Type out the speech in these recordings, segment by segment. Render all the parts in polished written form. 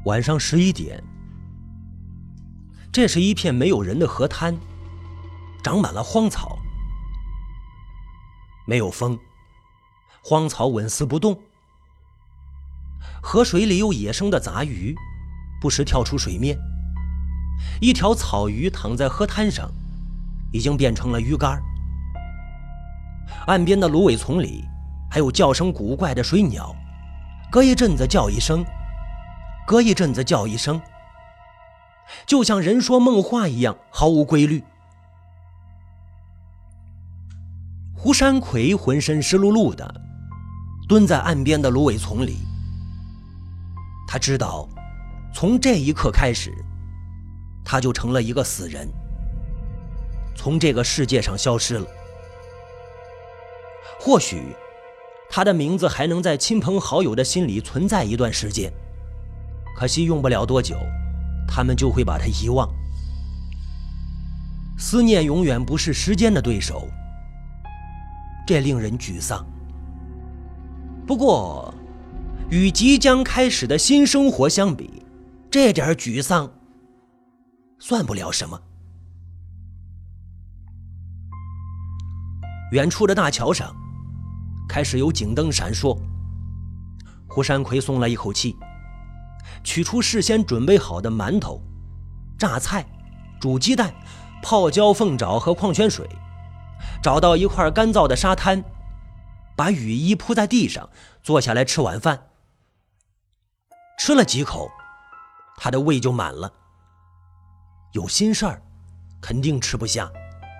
晚上11点，这是一片没有人的河滩，长满了荒草，没有风，荒草纹丝不动。河水里有野生的杂鱼，不时跳出水面。一条草鱼躺在河滩上，已经变成了鱼竿。岸边的芦苇丛里还有叫声古怪的水鸟，隔一阵子叫一声，隔一阵子叫一声，就像人说梦话一样，毫无规律。胡山魁浑身湿漉漉的蹲在岸边的芦苇丛里，他知道从这一刻开始，他就成了一个死人，从这个世界上消失了。或许他的名字还能在亲朋好友的心里存在一段时间，可惜用不了多久，他们就会把他遗忘。思念永远不是时间的对手，这令人沮丧。不过与即将开始的新生活相比，这点沮丧算不了什么。远处的大桥上开始有警灯闪烁，胡山魁松了一口气，取出事先准备好的馒头、榨菜、煮鸡蛋、泡椒凤爪和矿泉水，找到一块干燥的沙滩，把雨衣铺在地上，坐下来吃晚饭。吃了几口，他的胃就满了，有心事儿肯定吃不下。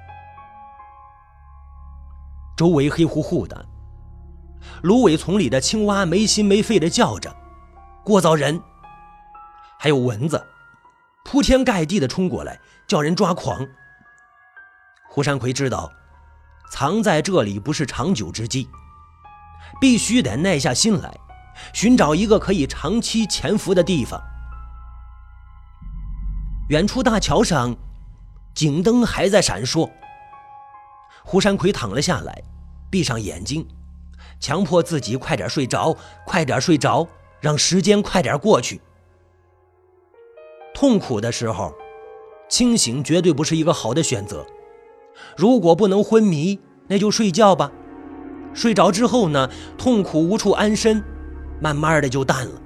周围黑乎乎的，芦苇丛里的青蛙没心没肺地叫着，聒噪人，还有蚊子铺天盖地地冲过来，叫人抓狂。胡山魁知道藏在这里不是长久之计，必须得耐下心来，寻找一个可以长期潜伏的地方。远处大桥上警灯还在闪烁，胡山魁躺了下来，闭上眼睛，强迫自己快点睡着，快点睡着，让时间快点过去。痛苦的时候，清醒绝对不是一个好的选择。如果不能昏迷，那就睡觉吧。睡着之后呢，痛苦无处安身，慢慢的就淡了。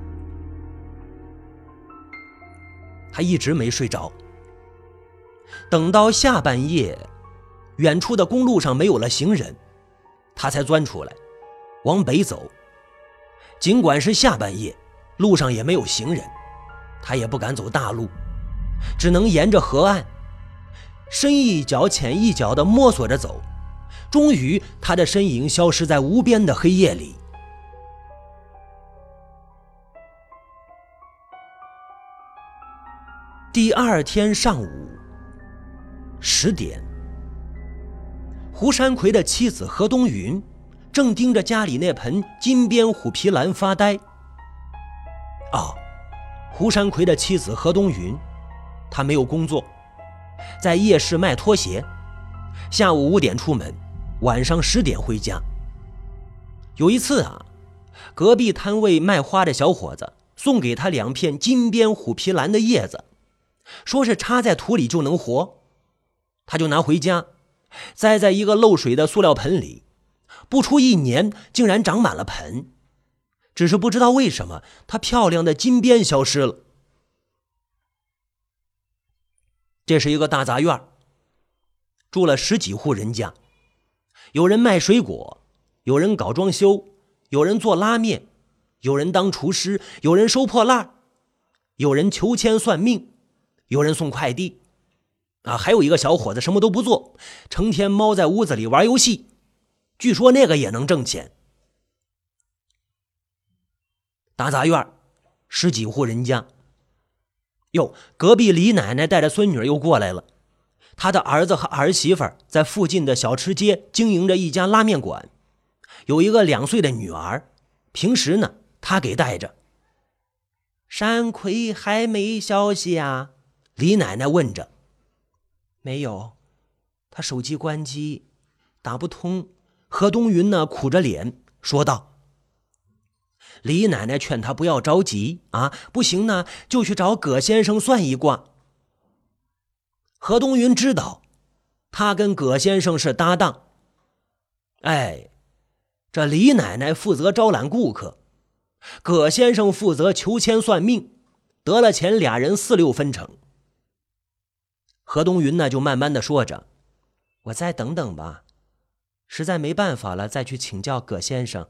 他一直没睡着，等到下半夜，远处的公路上没有了行人，他才钻出来往北走。尽管是下半夜，路上也没有行人，他也不敢走大路，只能沿着河岸深一脚浅一脚地摸索着走。终于他的身影消失在无边的黑夜里。第二天上午10点，胡山魁的妻子何冬云正盯着家里那盆金边虎皮兰发呆。胡山魁的妻子何冬云，她没有工作，在夜市卖拖鞋，下午5点出门，晚上10点回家。有一次隔壁摊位卖花的小伙子送给他2片金边虎皮兰的叶子，说是插在土里就能活，他就拿回家栽在一个漏水的塑料盆里，不出1年竟然长满了盆。只是不知道为什么他漂亮的金边消失了。这是一个大杂院，住了10几户人家，有人卖水果，有人搞装修，有人做拉面，有人当厨师，有人收破烂，有人求签算命，有人送快递还有一个小伙子什么都不做，成天猫在屋子里玩游戏，据说那个也能挣钱。大杂院10几户人家，隔壁李奶奶带着孙女又过来了，她的儿子和儿媳妇在附近的小吃街经营着一家拉面馆，有一个2岁的女儿，平时呢她给带着。山魁还没消息啊？李奶奶问着。没有，他手机关机，打不通。何冬云呢苦着脸说道。 李奶奶劝他不要着急啊，不行呢就去找葛先生算一卦。何东云知道他跟葛先生是搭档，这李奶奶负责招揽顾客，葛先生负责求签算命，得了钱俩人4-6分成。何东云呢就慢慢的说着，我再等等吧，实在没办法了再去请教葛先生。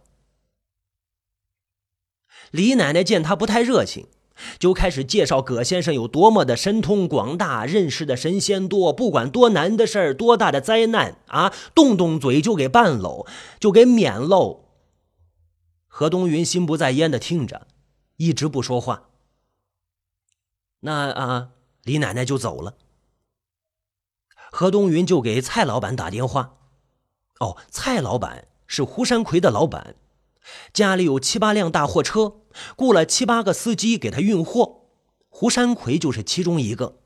李奶奶见他不太热情，就开始介绍葛先生有多么的神通广大，认识的神仙多，不管多难的事儿，多大的灾难啊，动动嘴就给办喽，就给免喽。何东云心不在焉的听着，一直不说话。李奶奶就走了。何东云就给蔡老板打电话。蔡老板是胡山魁的老板，家里有7-8辆大货车，雇了7-8个司机给他运货，胡山魁就是其中一个。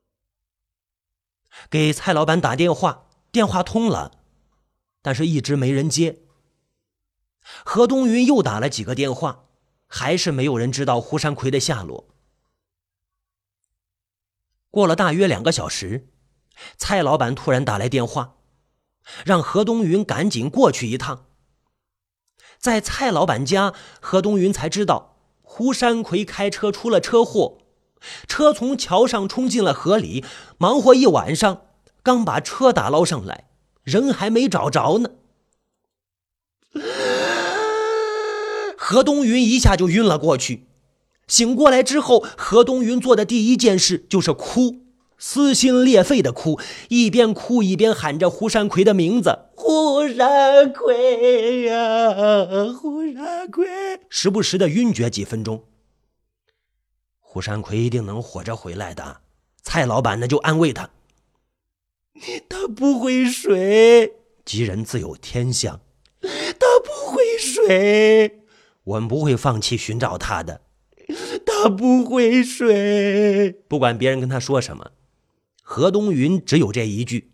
给蔡老板打电话，电话通了，但是一直没人接。何东云又打了几个电话，还是没有人知道胡山魁的下落。过了大约2个小时，蔡老板突然打来电话，让何东云赶紧过去一趟。在蔡老板家，何东云才知道胡山魁开车出了车祸，车从桥上冲进了河里，忙活一晚上，刚把车打捞上来，人还没找着呢。何东云一下就晕了过去。醒过来之后，何东云做的第一件事就是哭，撕心裂肺的哭，一边哭一边喊着胡山魁的名字，胡山魁呀，胡山魁，时不时的晕厥几分钟。胡山魁一定能活着回来的，蔡老板呢就安慰他，他不会水，吉人自有天相，他不会水，我们不会放弃寻找他的，他不会水。不管别人跟他说什么，何东云只有这一句。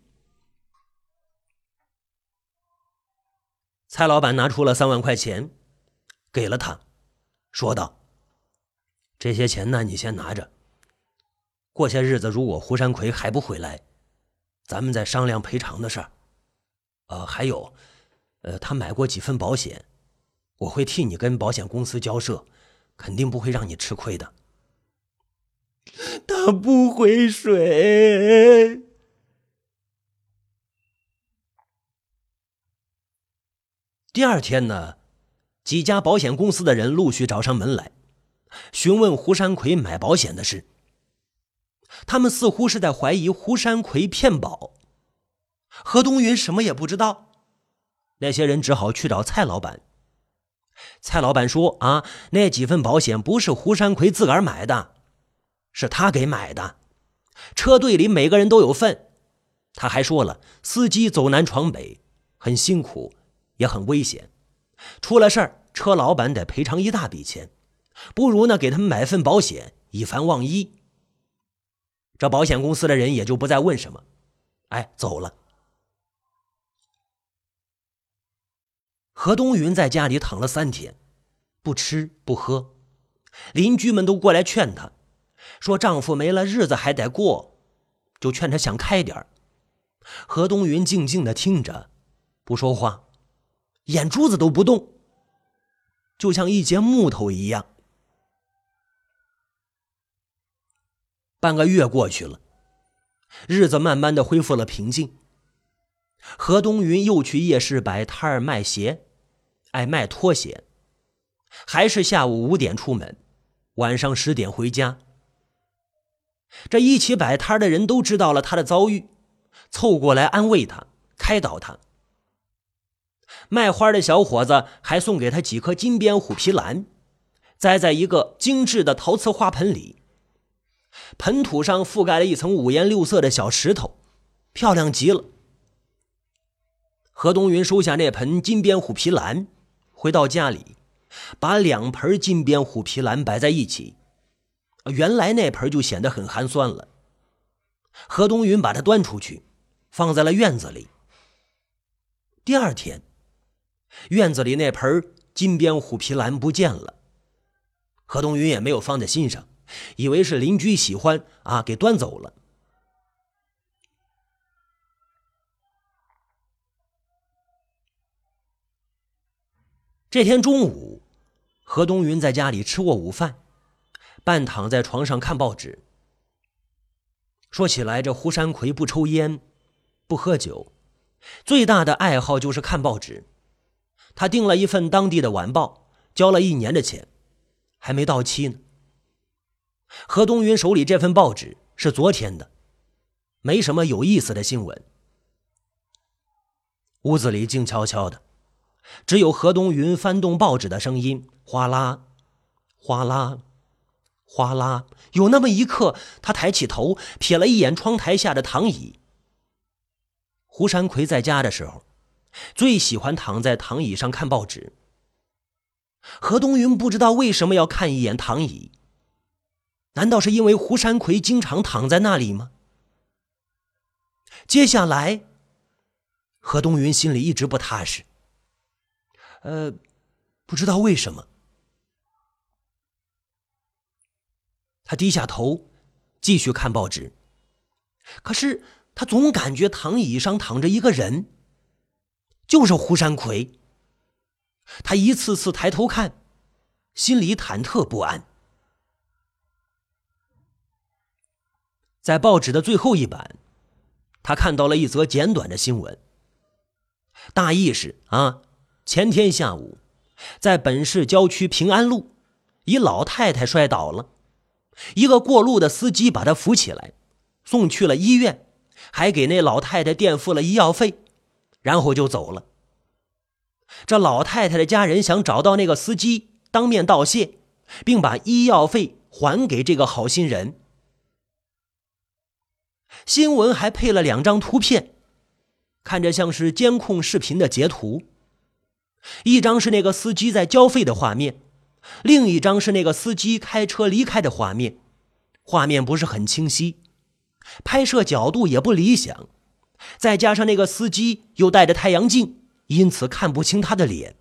蔡老板拿出了3万块钱给了他，说道，这些钱呢你先拿着，过些日子如果胡山魁还不回来，咱们再商量赔偿的事儿。还有他买过几份保险，我会替你跟保险公司交涉，肯定不会让你吃亏的。他不会水。第二天呢，几家保险公司的人陆续找上门来，询问胡山魁买保险的事。他们似乎是在怀疑胡山魁骗保。何东云什么也不知道，那些人只好去找蔡老板。蔡老板说那几份保险不是胡山魁自个儿买的，是他给买的，车队里每个人都有份。他还说了，司机走南闯北很辛苦也很危险，出了事儿车老板得赔偿一大笔钱，不如呢给他们买份保险，以防万一。这保险公司的人也就不再问什么，走了。何东云在家里躺了3天，不吃不喝，邻居们都过来劝他，说丈夫没了日子还得过，就劝他想开点。何东云静静地听着，不说话，眼珠子都不动，就像一截木头一样。半个月过去了，日子慢慢的恢复了平静。何东云又去夜市摆摊儿卖鞋，卖拖鞋，还是下午5点出门，晚上10点回家。这一起摆摊的人都知道了他的遭遇，凑过来安慰他，开导他。卖花的小伙子还送给他几颗金边虎皮兰，栽在一个精致的陶瓷花盆里，盆土上覆盖了一层5颜6色的小石头，漂亮极了。何东云收下那盆金边虎皮兰，回到家里，把2盆金边虎皮兰摆在一起，原来那盆就显得很寒酸了。何东云把它端出去，放在了院子里。第二天，院子里那盆金边虎皮兰不见了。何东云也没有放在心上，以为是邻居喜欢给端走了。这天中午，何东云在家里吃过午饭，半躺在床上看报纸。说起来，这胡山魁不抽烟，不喝酒，最大的爱好就是看报纸。他订了一份当地的晚报，交了1年的钱，还没到期呢。何东云手里这份报纸是昨天的，没什么有意思的新闻。屋子里静悄悄的，只有何东云翻动报纸的声音，哗啦哗啦哗啦。有那么一刻，他抬起头，瞥了一眼窗台下的躺椅。胡山魁在家的时候，最喜欢躺在躺椅上看报纸。何东云不知道为什么要看一眼躺椅，难道是因为胡山魁经常躺在那里吗？接下来，何东云心里一直不踏实，不知道为什么。他低下头继续看报纸，可是他总感觉躺椅上躺着一个人，就是胡山魁。他一次次抬头看，心里忐忑不安。在报纸的最后一版，他看到了一则简短的新闻，大意是前天下午，在本市郊区平安路，一老太太摔倒了，一个过路的司机把她扶起来，送去了医院，还给那老太太垫付了医药费，然后就走了。这老太太的家人想找到那个司机，当面道谢，并把医药费还给这个好心人。新闻还配了2张图片，看着像是监控视频的截图。一张是那个司机在交费的画面，另一张是那个司机开车离开的画面。画面不是很清晰，拍摄角度也不理想，再加上那个司机又戴着太阳镜，因此看不清他的脸。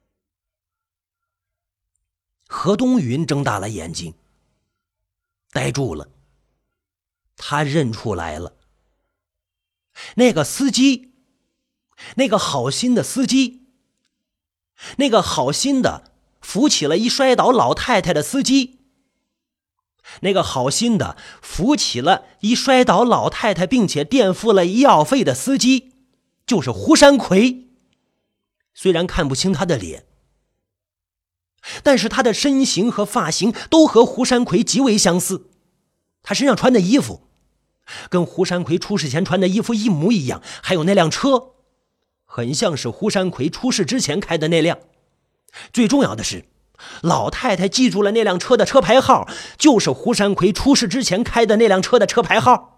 何东云睁大了眼睛，呆住了。他认出来了，那个司机，那个好心的司机，那个好心的扶起了一摔倒老太太的司机，那个好心的扶起了一摔倒老太太并且垫付了医药费的司机，就是胡山魁。虽然看不清他的脸，但是他的身形和发型都和胡山魁极为相似。他身上穿的衣服跟胡山魁出事前穿的衣服一模一样，还有那辆车很像是胡山魁出事之前开的那辆。最重要的是，老太太记住了那辆车的车牌号，就是胡山魁出事之前开的那辆车的车牌号。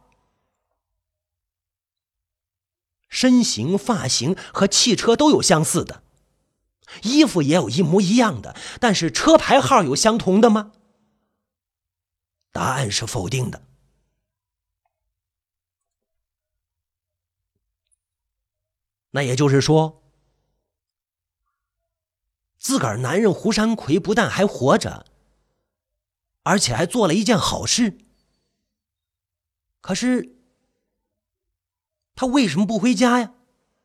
身形、发型和汽车都有相似的，衣服也有一模一样的，但是车牌号有相同的吗？答案是否定的。那也就是说，自个儿男人胡山魁不但还活着，而且还做了一件好事。可是他为什么不回家呀？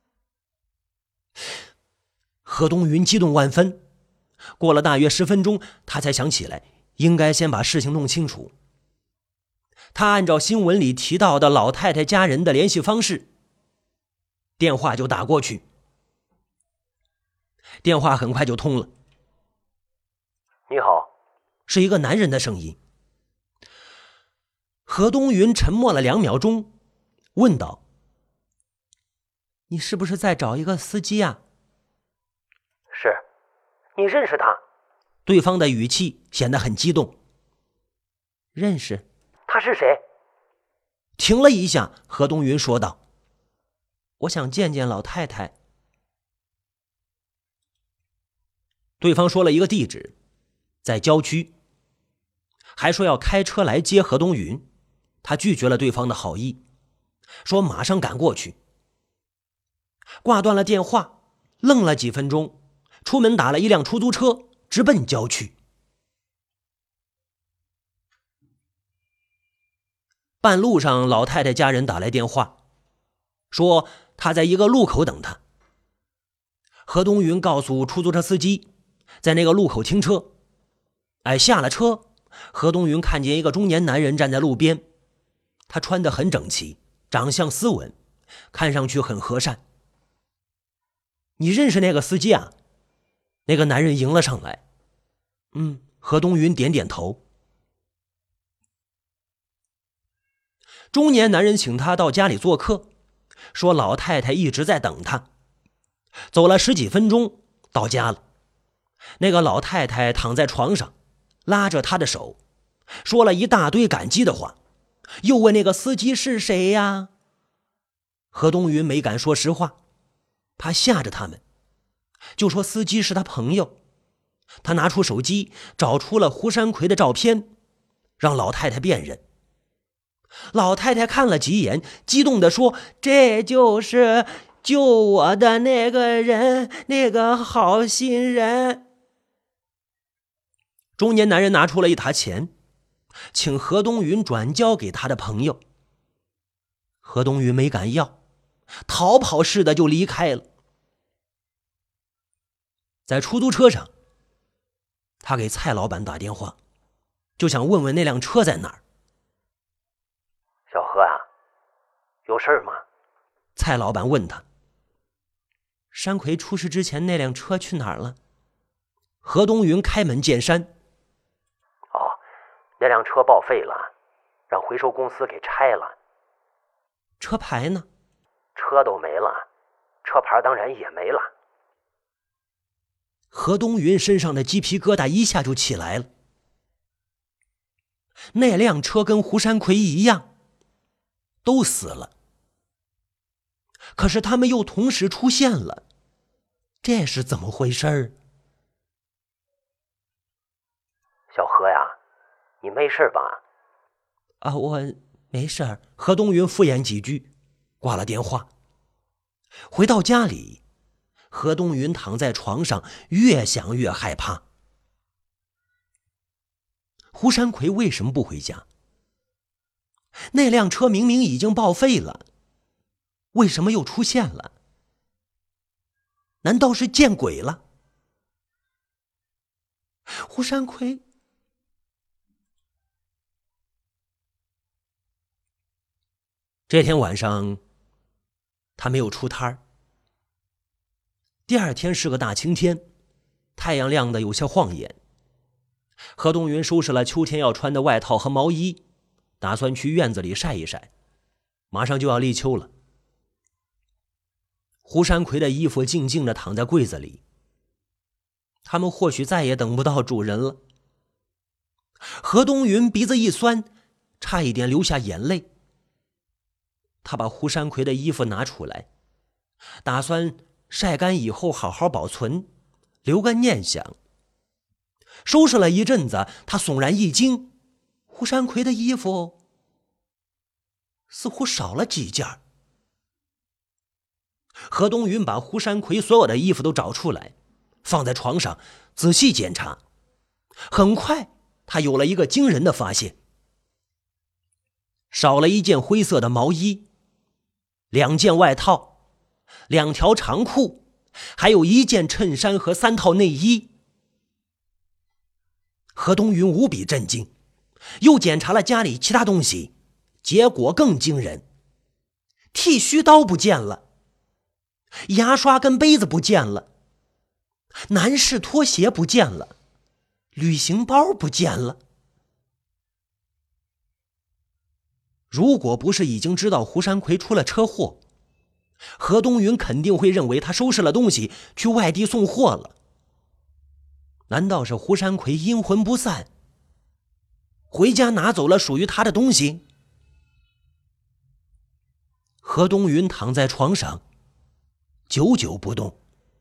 何东云激动万分，过了大约10分钟，他才想起来应该先把事情弄清楚。他按照新闻里提到的老太太家人的联系方式，电话就打过去。电话很快就通了。 你好， 是一个男人的声音。何东云沉默了2秒钟，问道：你是不是在找一个司机啊？ 是，你认识他？ 对方的语气显得很激动。认识。 他是谁？ 停了一下，何东云说道：我想见见老太太。对方说了一个地址，在郊区，还说要开车来接何东云。他拒绝了对方的好意，说马上赶过去。挂断了电话，愣了几分钟， 出门打了一辆出租车，直奔郊区。半路上，老太太家人打来电话，说她在一个路口等他。何东云告诉出租车司机，在那个路口停车。下了车，何东云看见一个中年男人站在路边，他穿得很整齐，长相斯文，看上去很和善。你认识那个司机啊？那个男人迎了上来。何东云点点头。中年男人请他到家里做客，说老太太一直在等他。走了10几分钟，到家了。那个老太太躺在床上，拉着他的手，说了一大堆感激的话，又问那个司机是谁呀？何东云没敢说实话，怕吓着他们，就说司机是他朋友。他拿出手机，找出了胡山魁的照片，让老太太辨认。老太太看了几眼，激动地说：“这就是救我的那个人，那个好心人。”中年男人拿出了一沓钱，请何东云转交给他的朋友。何东云没敢要，逃跑似的就离开了。在出租车上，他给蔡老板打电话，就想问问那辆车在哪儿。 小何啊，有事吗？ 蔡老板问他。山魁出事之前那辆车去哪儿了？何东云开门见山。 那辆车报废了，让回收公司给拆了。 车牌呢？ 车都没了，车牌当然也没了。 何东云身上的鸡皮疙瘩一下就起来了。那辆车跟胡山魁一样，都死了。可是他们又同时出现了，这是怎么回事？ 小何呀，你没事吧？ 我没事。何东云敷衍几句，挂了电话。回到家里，何东云躺在床上，越想越害怕。胡山魁为什么不回家？那辆车明明已经报废了，为什么又出现了？难道是见鬼了？胡山魁这天晚上他没有出摊儿。第二天是个大晴天，太阳亮得有些晃眼。何东云收拾了秋天要穿的外套和毛衣，打算去院子里晒一晒，马上就要立秋了。胡山魁的衣服静静地躺在柜子里，他们或许再也等不到主人了。何东云鼻子一酸，差一点流下眼泪。他把胡山魁的衣服拿出来，打算晒干以后好好保存，留个念想。收拾了一阵子，他悚然一惊，胡山魁的衣服似乎少了几件。何东云把胡山魁所有的衣服都找出来，放在床上仔细检查。很快他有了一个惊人的发现，少了一件灰色的毛衣，2件外套，2条长裤，还有1件衬衫和3套内衣。何东云无比震惊，又检查了家里其他东西，结果更惊人。剃须刀不见了，牙刷跟杯子不见了，男士拖鞋不见了，旅行包不见了。如果不是已经知道胡山魁出了车祸，何东云肯定会认为他收拾了东西去外地送货了。难道是胡山魁阴魂不散，回家拿走了属于他的东西？何东云躺在床上，久久不动。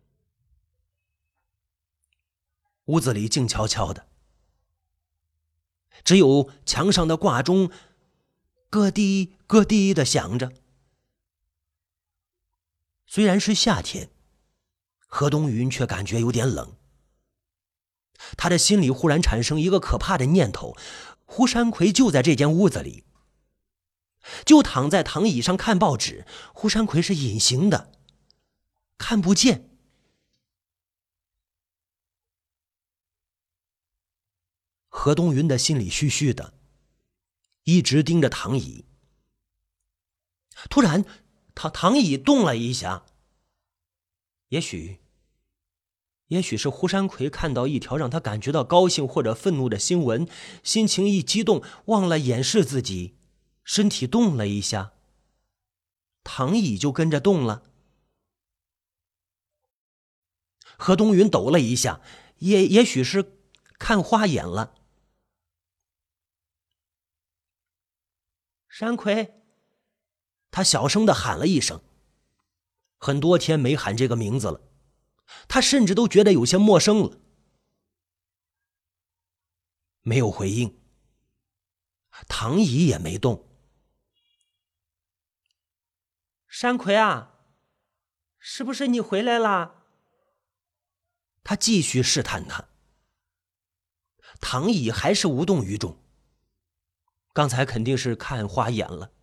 屋子里静悄悄的，只有墙上的挂钟咯滴咯滴地响着。虽然是夏天， 何东云却感觉有点冷，他的心里忽然产生一个可怕的念头：胡山魁就在这间屋子里，就躺在躺椅上看报纸。胡山魁是隐形的，看不见。何东云的心里虚虚的，一直盯着躺椅。突然躺椅动了一下，也许是胡山魁看到一条让他感觉到高兴或者愤怒的新闻，心情一激动，忘了掩饰自己，身体动了一下，躺椅就跟着动了。何东云抖了一下，也许是看花眼了。山魁，他小声地喊了一声，很多天没喊这个名字了，他甚至都觉得有些陌生了。没有回应，躺椅也没动。山魁啊，是不是你回来了？他继续试探他，躺椅还是无动于衷。刚才肯定是看花眼了。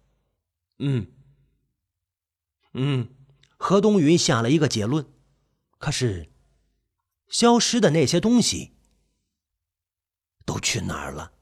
何东云下了一个结论。可是消失的那些东西都去哪儿了？